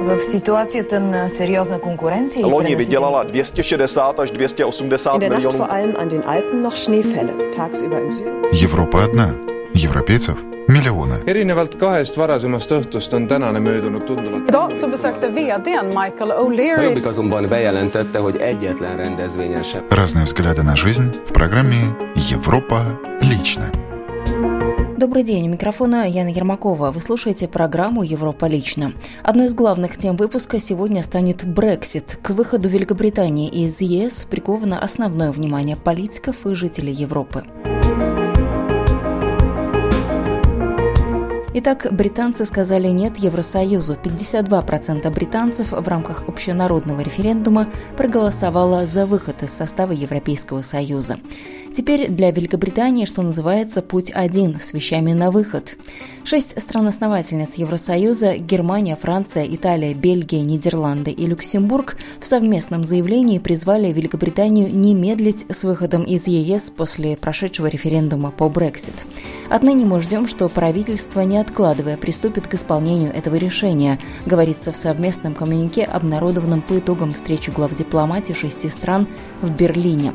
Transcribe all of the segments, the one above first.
В ситуацията на сериозна конкуренция. Loni vydělala 260 až 280 milionů. Vor allem an den Alpen noch Schneefälle, tagsüber im Süden. Европа одна. Европейцев миллионы. Erinevalt kahest varasemast õhtust on tänane möödunud tunduvalt. Idag så besökte VD:n Michael O'Leary. Jobbik azonban bejelentette, hogy egyetlen rendezvényen sem. Разные взгляды на жизнь в программе «Европа лично». Добрый день, у микрофона Яна Ермакова. Вы слушаете программу «Европа лично». Одной из главных тем выпуска сегодня станет Брексит. К выходу Великобритании из ЕС приковано основное внимание политиков и жителей Европы. Итак, британцы сказали «нет» Евросоюзу. 52% британцев в рамках общенародного референдума проголосовало за выход из состава Европейского Союза. Теперь для Великобритании, что называется, путь один с вещами на выход. 6 стран-основательниц Евросоюза – Германия, Франция, Италия, Бельгия, Нидерланды и Люксембург – в совместном заявлении призвали Великобританию не медлить с выходом из ЕС после прошедшего референдума по Брексит. Отныне мы ждем, что правительство, не откладывая, приступит к исполнению этого решения, говорится в совместном коммюнике, обнародованном по итогам встречи глав дипломатии 6 стран в Берлине.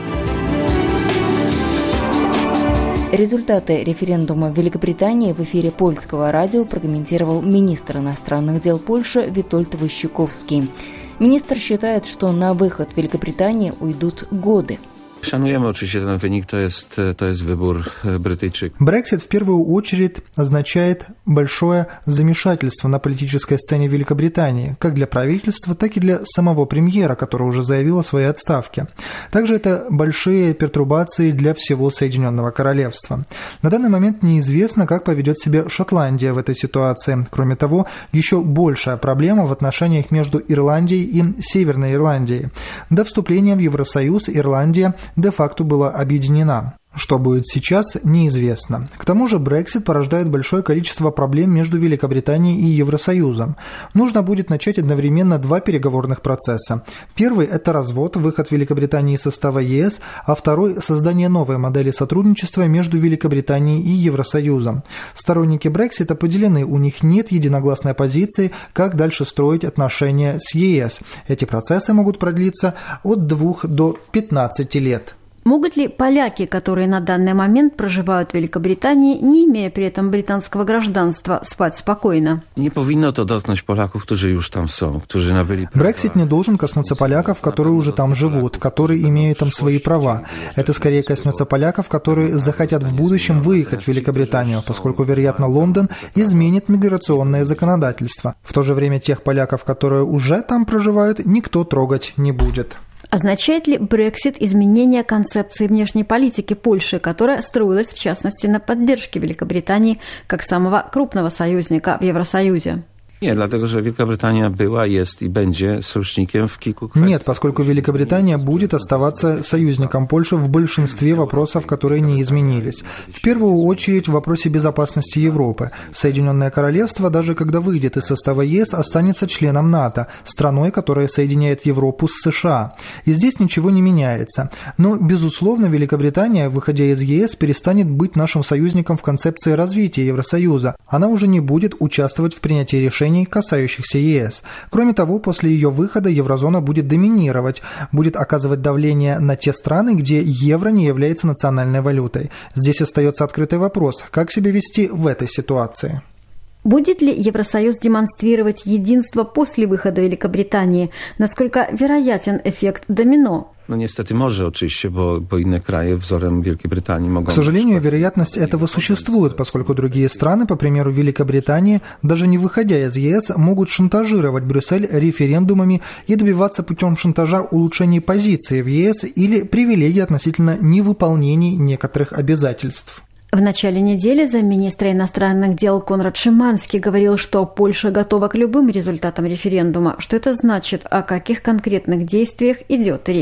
Результаты референдума в Великобритании в эфире польского радио прокомментировал министр иностранных дел Польши Витольд Войciechowski. Министр считает, что на выход Великобритании уйдут годы. Szanujemy oczywiście ten wynik, to jest wybór Brytyjczyków. Брексит в первую очередь означает большое замешательство на политической сцене Великобритании, как для правительства, так и для самого премьера, который уже заявил о своей отставке. Также это большие пертурбации для всего Соединенного Королевства. На данный момент неизвестно, как поведет себя Шотландия в этой ситуации. Кроме того, еще большая проблема в отношениях между Ирландией и Северной Ирландией. До вступления в Евросоюз Ирландия де-факто была объединена. Что будет сейчас, неизвестно. К тому же Брексит порождает большое количество проблем между Великобританией и Евросоюзом. Нужно будет начать одновременно 2 переговорных процесса. Первый – это развод, выход Великобритании из состава ЕС, а второй – создание новой модели сотрудничества между Великобританией и Евросоюзом. Сторонники Брексита поделены, у них нет единогласной позиции, как дальше строить отношения с ЕС. Эти процессы могут продлиться от 2 до 15 лет. Mogут ли поляки, которые на данный момент проживают в Великобритании, не имея при этом британского гражданства, спать спокойно? Nie powinno to dotknąć Polaków, którzy już tam są, którzy nabyli prawa. Брексит не должен коснуться поляков, которые уже там живут, которые имеют там свои права. Это скорее коснется поляков, которые захотят в будущем выехать в Великобританию, поскольку, вероятно, Лондон изменит миграционное законодательство. В то же время тех поляков, которые уже там проживают, никто трогать не будет. Означает ли Брексит изменение концепции внешней политики Польши, которая строилась, в частности, на поддержке Великобритании как самого крупного союзника в Евросоюзе? Nie, dlatego że Wielka Brytania była, jest i będzie sojusznikiem w kilku kwestiach. Нет, поскольку Великобритания будет оставаться союзником Польши в большинстве вопросов, которые не изменились. В первую очередь в вопросе безопасности Европы. Соединенное Королевство, даже когда выйдет из состава ЕС, останется членом НАТО, страной, которая соединяет Европу с США. И здесь ничего не меняется. Но, безусловно, Великобритания, выходя из ЕС, перестанет быть нашим союзником в концепции развития Евросоюза. Она уже не будет участвовать в принятии решений, касающихся ЕС. Кроме того, после ее выхода еврозона будет доминировать, будет оказывать давление на те страны, где евро не является национальной валютой. Здесь остается открытый вопрос, как себя вести в этой ситуации. Будет ли Евросоюз демонстрировать единство после выхода Великобритании? Насколько вероятен эффект домино? No niestety może oczywiście, bo inne kraje wzorem Wielkiej Brytanii mogą... К сожалению, вероятность этого существует, поскольку другие страны, по примеру Великобритании, даже не выходя из ЕС, могут шантажировать Брюссель референдумами и добиваться путем шантажа улучшения позиции в ЕС или привилегий относительно невыполнений некоторых обязательств. В начале недели замминистра иностранных дел Конрад Шиманский говорил, что Польша готова к любым результатам референдума. Что это значит? О каких конкретных действиях идет речь?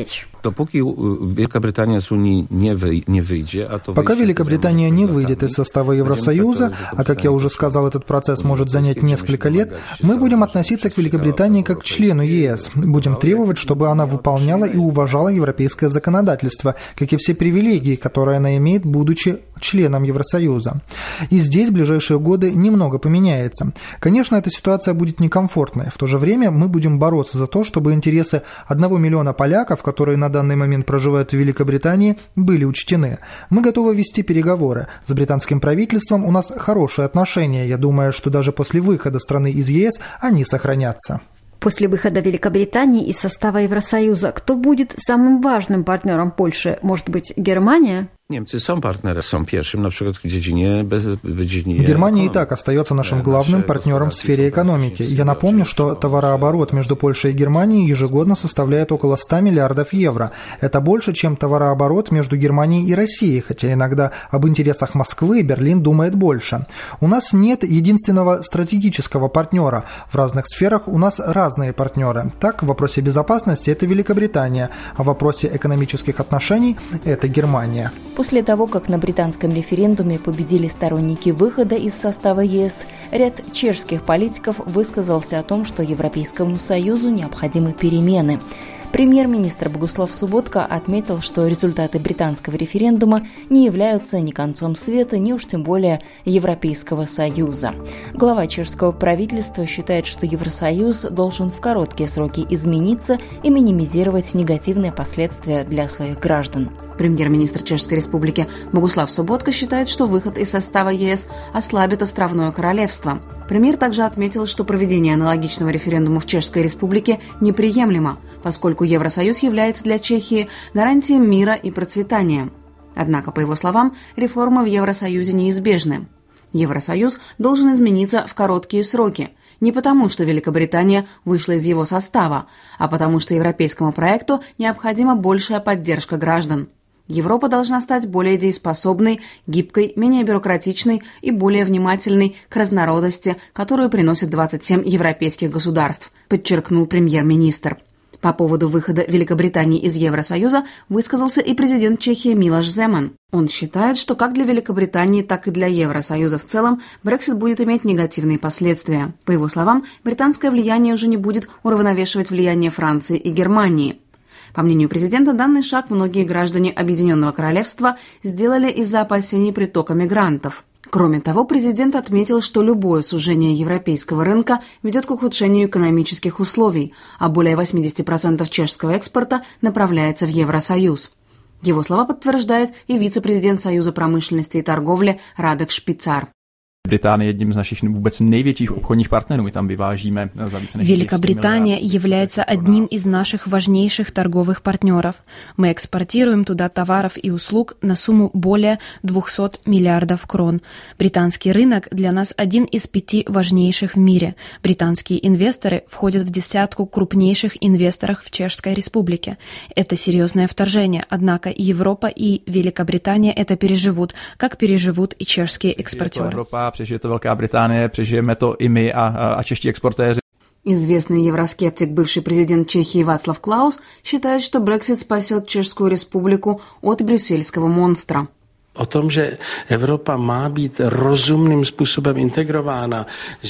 Допоки Великобритания с Унии не выйдет, пока Великобритания не выйдет из состава Евросоюза, а как я уже сказал, этот процесс может занять несколько лет, мы будем относиться к Великобритании как к члену ЕС. Будем требовать, чтобы она выполняла и уважала европейское законодательство, как и все привилегии, которые она имеет, будучи членом Евросоюза. И здесь в ближайшие годы немного поменяется. Конечно, эта ситуация будет некомфортной. В то же время мы будем бороться за то, чтобы интересы 1 миллиона поляков, которые на данный момент проживают в Великобритании, были учтены. Мы готовы вести переговоры. С британским правительством у нас хорошие отношения. Я думаю, что даже после выхода страны из ЕС они сохранятся. После выхода Великобритании из состава Евросоюза кто будет самым важным партнером Польши? Может быть, Германия? Немцы są партнером, są pierwszym, na przykład w dziedzinie Германия и так остается нашим главным партнером в сфере экономики. Я напомню, что товарооборот между Польшей и Германией ежегодно составляет около 100 миллиардов евро. Это больше, чем товарооборот между Германией и Россией, хотя иногда об интересах Москвы Берлин думает больше. У нас нет единственного стратегического партнера. В разных сферах у нас разные партнеры. Так, в вопросе безопасности это Великобритания, а в вопросе экономических отношений это Германия. После того, как на британском референдуме победили сторонники выхода из состава ЕС, ряд чешских политиков высказался о том, что Европейскому Союзу необходимы перемены. Премьер-министр Богуслав Субботка отметил, что результаты британского референдума не являются ни концом света, ни уж тем более Европейского Союза. Глава чешского правительства считает, что Евросоюз должен в короткие сроки измениться и минимизировать негативные последствия для своих граждан. Премьер-министр Чешской Республики Богуслав Субботка считает, что выход из состава ЕС ослабит островное королевство. Премьер также отметил, что проведение аналогичного референдума в Чешской Республике неприемлемо, поскольку Евросоюз является для Чехии гарантией мира и процветания. Однако, по его словам, реформы в Евросоюзе неизбежны. Евросоюз должен измениться в короткие сроки, не потому, что Великобритания вышла из его состава, а потому, что европейскому проекту необходима большая поддержка граждан. Европа должна стать более дееспособной, гибкой, менее бюрократичной и более внимательной к разнородности, которую приносят 27 европейских государств, подчеркнул премьер-министр. По поводу выхода Великобритании из Евросоюза высказался и президент Чехии Милош Земан. Он считает, что как для Великобритании, так и для Евросоюза в целом Брексит будет иметь негативные последствия. По его словам, британское влияние уже не будет уравновешивать влияние Франции и Германии. По мнению президента, данный шаг многие граждане Объединенного Королевства сделали из-за опасений притока мигрантов. Кроме того, президент отметил, что любое сужение европейского рынка ведет к ухудшению экономических условий, а более 80% чешского экспорта направляется в Евросоюз. Его слова подтверждает и вице-президент Союза промышленности и торговли Радек Špicar. Британия jedním z našich vůbec největších obchodních partnerů. Мы там vyvážíme за více než Великобритания является одним из наших важнейших торговых партнеров. Мы экспортируем туда товаров и услуг на сумму более 200 миллиардов крон. Британский рынок для нас один из 5 важнейших в мире. Британские инвесторы входят в десятку крупнейших инвесторов в Чешской Республике. Это серьезное вторжение, однако Европа и Великобритания это переживут, как переживут и чешские экспортеры. Přežije to Velká Británie, přežijeme to i my a čeští exportéři. Известный евроскептик, бывший президент Чехии Václav Klaus, считает, что Брексит спасет Чешскую Республику от брюссельского монстра. O tom, že Evropa má být rozumným způsobem integrována.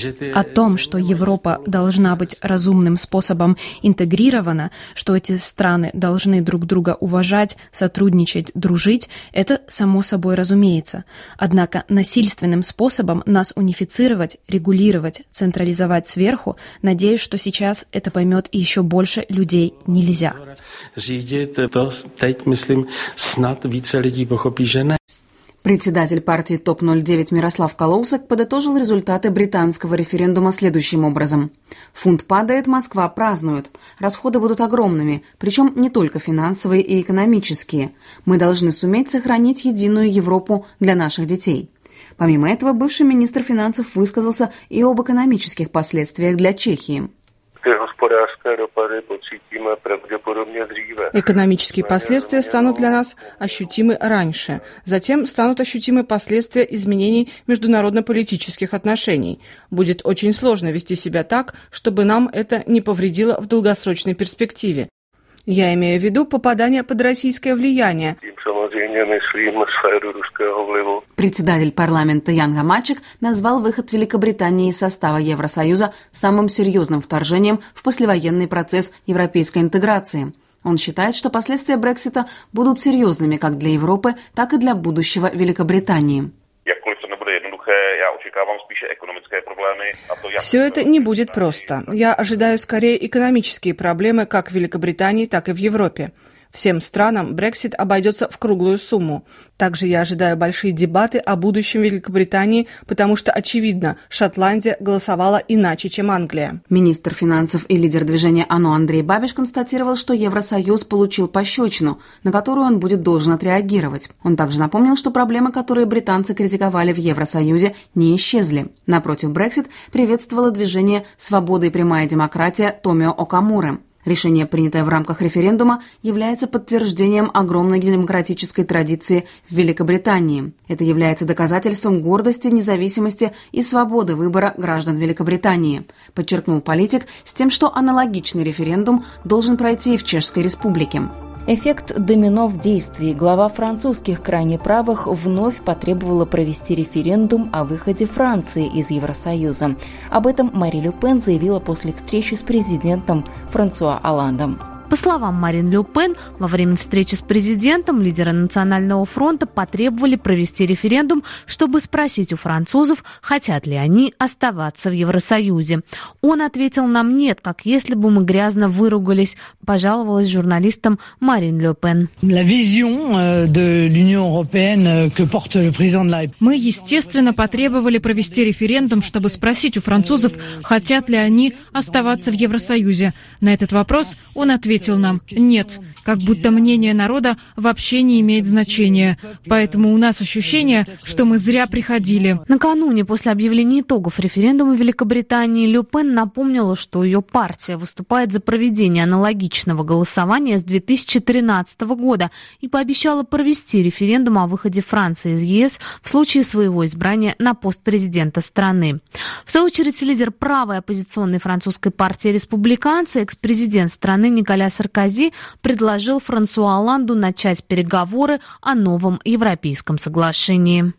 О том, что Европа должна быть разумным способом интегрирована, что эти страны должны друг друга уважать, сотрудничать, дружить, это само собой разумеется. Однако насильственным способом нас унифицировать, регулировать, централизовать сверху, надеюсь, что сейчас это поймет еще больше людей нельзя. Řídit to teď, myslím, snad více lidí pochopí, že ne. Председатель партии ТОП-09 Мирослав Калоусек подытожил результаты британского референдума следующим образом. Фунт падает, Москва празднует. Расходы будут огромными, причем не только финансовые и экономические. Мы должны суметь сохранить единую Европу для наших детей. Помимо этого, бывший министр финансов высказался и об экономических последствиях для Чехии. Экономические последствия станут для нас ощутимы раньше. Затем станут ощутимы последствия изменений международно-политических отношений. Будет очень сложно вести себя так, чтобы нам это не повредило в долгосрочной перспективе. Я имею в виду попадание под российское влияние. Председатель парламента Ян Гамачек назвал выход Великобритании из состава Евросоюза самым серьезным вторжением в послевоенный процесс европейской интеграции. Он считает, что последствия Брексита будут серьезными как для Европы, так и для будущего Великобритании. Все это не будет просто. Я ожидаю скорее экономические проблемы как в Великобритании, так и в Европе. Всем странам Брексит обойдется в круглую сумму. Также я ожидаю большие дебаты о будущем Великобритании, потому что, очевидно, Шотландия голосовала иначе, чем Англия. Министр финансов и лидер движения ОНО Андрей Бабиш констатировал, что Евросоюз получил пощечину, на которую он будет должен отреагировать. Он также напомнил, что проблемы, которые британцы критиковали в Евросоюзе, не исчезли. Напротив, Брексит приветствовало движение «Свобода и прямая демократия» Томио Окамуры. Решение, принятое в рамках референдума, является подтверждением огромной демократической традиции в Великобритании. Это является доказательством гордости, независимости и свободы выбора граждан Великобритании, подчеркнул политик с тем, что аналогичный референдум должен пройти и в Чешской Республике. Эффект домино в действии. Глава французских крайне правых вновь потребовала провести референдум о выходе Франции из Евросоюза. Об этом Марин Ле Пен заявила после встречи с президентом Франсуа Олландом. По словам Марин Ле Пен, во время встречи с президентом лидеры Национального фронта потребовали провести референдум, чтобы спросить у французов, хотят ли они оставаться в Евросоюзе. Он ответил нам «нет», как если бы мы грязно выругались, пожаловалась журналистам Марин Ле Пен. Мы, естественно, потребовали провести референдум, чтобы спросить у французов, хотят ли они оставаться в Евросоюзе. На этот вопрос он ответил нам «нет», как будто мнение народа вообще не имеет значения. Поэтому у нас ощущение, что мы зря приходили. Накануне, после объявления итогов референдума в Великобритании, Ле Пен напомнила, что ее партия выступает за проведение аналогичного голосования с 2013 года и пообещала провести референдум о выходе Франции из ЕС в случае своего избрания на пост президента страны. В свою очередь, лидер правой оппозиционной французской партии «Республиканцы», экс-президент страны Николя Саркози предложил Франсуа Олланду начать переговоры о новом европейском соглашении.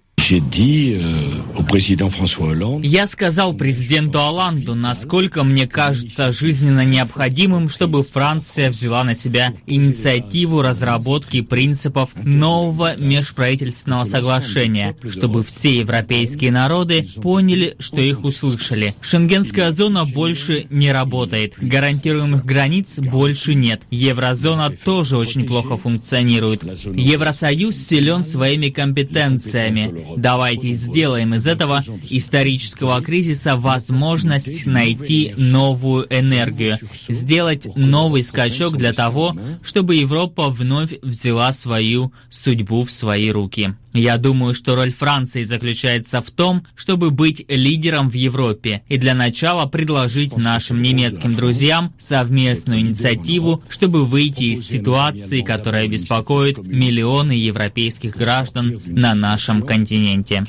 Я сказал президенту Олланду, насколько мне кажется жизненно необходимым, чтобы Франция взяла на себя инициативу разработки принципов нового межправительственного соглашения, чтобы все европейские народы поняли, что их услышали. Шенгенская зона больше не работает, гарантируемых границ больше нет. Еврозона тоже очень плохо функционирует. Евросоюз силен своими компетенциями. Давайте сделаем из этого исторического кризиса возможность найти новую энергию, сделать новый скачок для того, чтобы Европа вновь взяла свою судьбу в свои руки. Я думаю, что роль Франции заключается в том, чтобы быть лидером в Европе и для начала предложить нашим немецким друзьям совместную инициативу, чтобы выйти из ситуации, которая беспокоит миллионы европейских граждан на нашем континенте.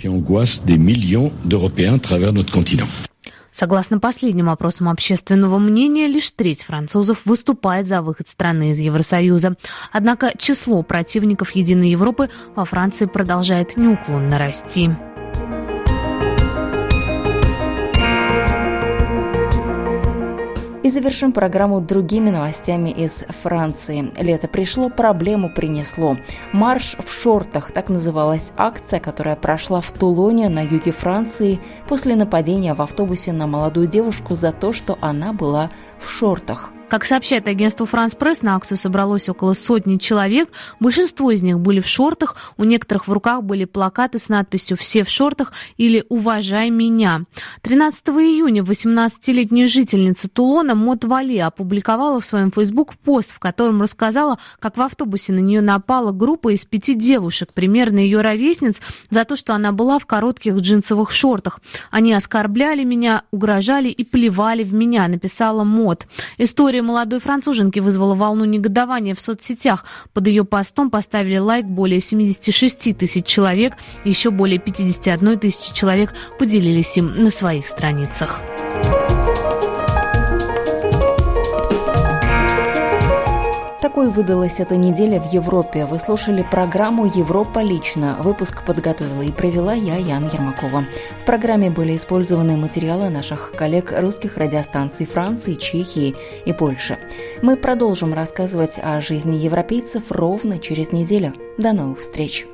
Согласно последним опросам общественного мнения, лишь треть французов выступает за выход страны из Евросоюза. Однако число противников Единой Европы во Франции продолжает неуклонно расти. И завершим программу другими новостями из Франции. Лето пришло, проблему принесло. «Марш в шортах» – так называлась акция, которая прошла в Тулоне на юге Франции после нападения в автобусе на молодую девушку за то, что она была в шортах. Как сообщает агентство «Франс Пресс», на акцию собралось около 100 человек. Большинство из них были в шортах, у некоторых в руках были плакаты с надписью «Все в шортах» или «Уважай меня». 13 июня 18-летняя жительница Тулона Мод Вали опубликовала в своем Facebook пост, в котором рассказала, как в автобусе на нее напала группа из 5 девушек, примерно ее ровесниц, за то, что она была в коротких джинсовых шортах. «Они оскорбляли меня, угрожали и плевали в меня», написала Мод. История молодой француженки вызвала волну негодования в соцсетях. Под ее постом поставили лайк более 76 тысяч человек. Еще более 51 тысячи человек поделились им на своих страницах. Такой выдалась эта неделя в Европе. Вы слушали программу «Европа лично». Выпуск подготовила и провела я, Яна Ермакова. В программе были использованы материалы наших коллег русских радиостанций Франции, Чехии и Польши. Мы продолжим рассказывать о жизни европейцев ровно через неделю. До новых встреч!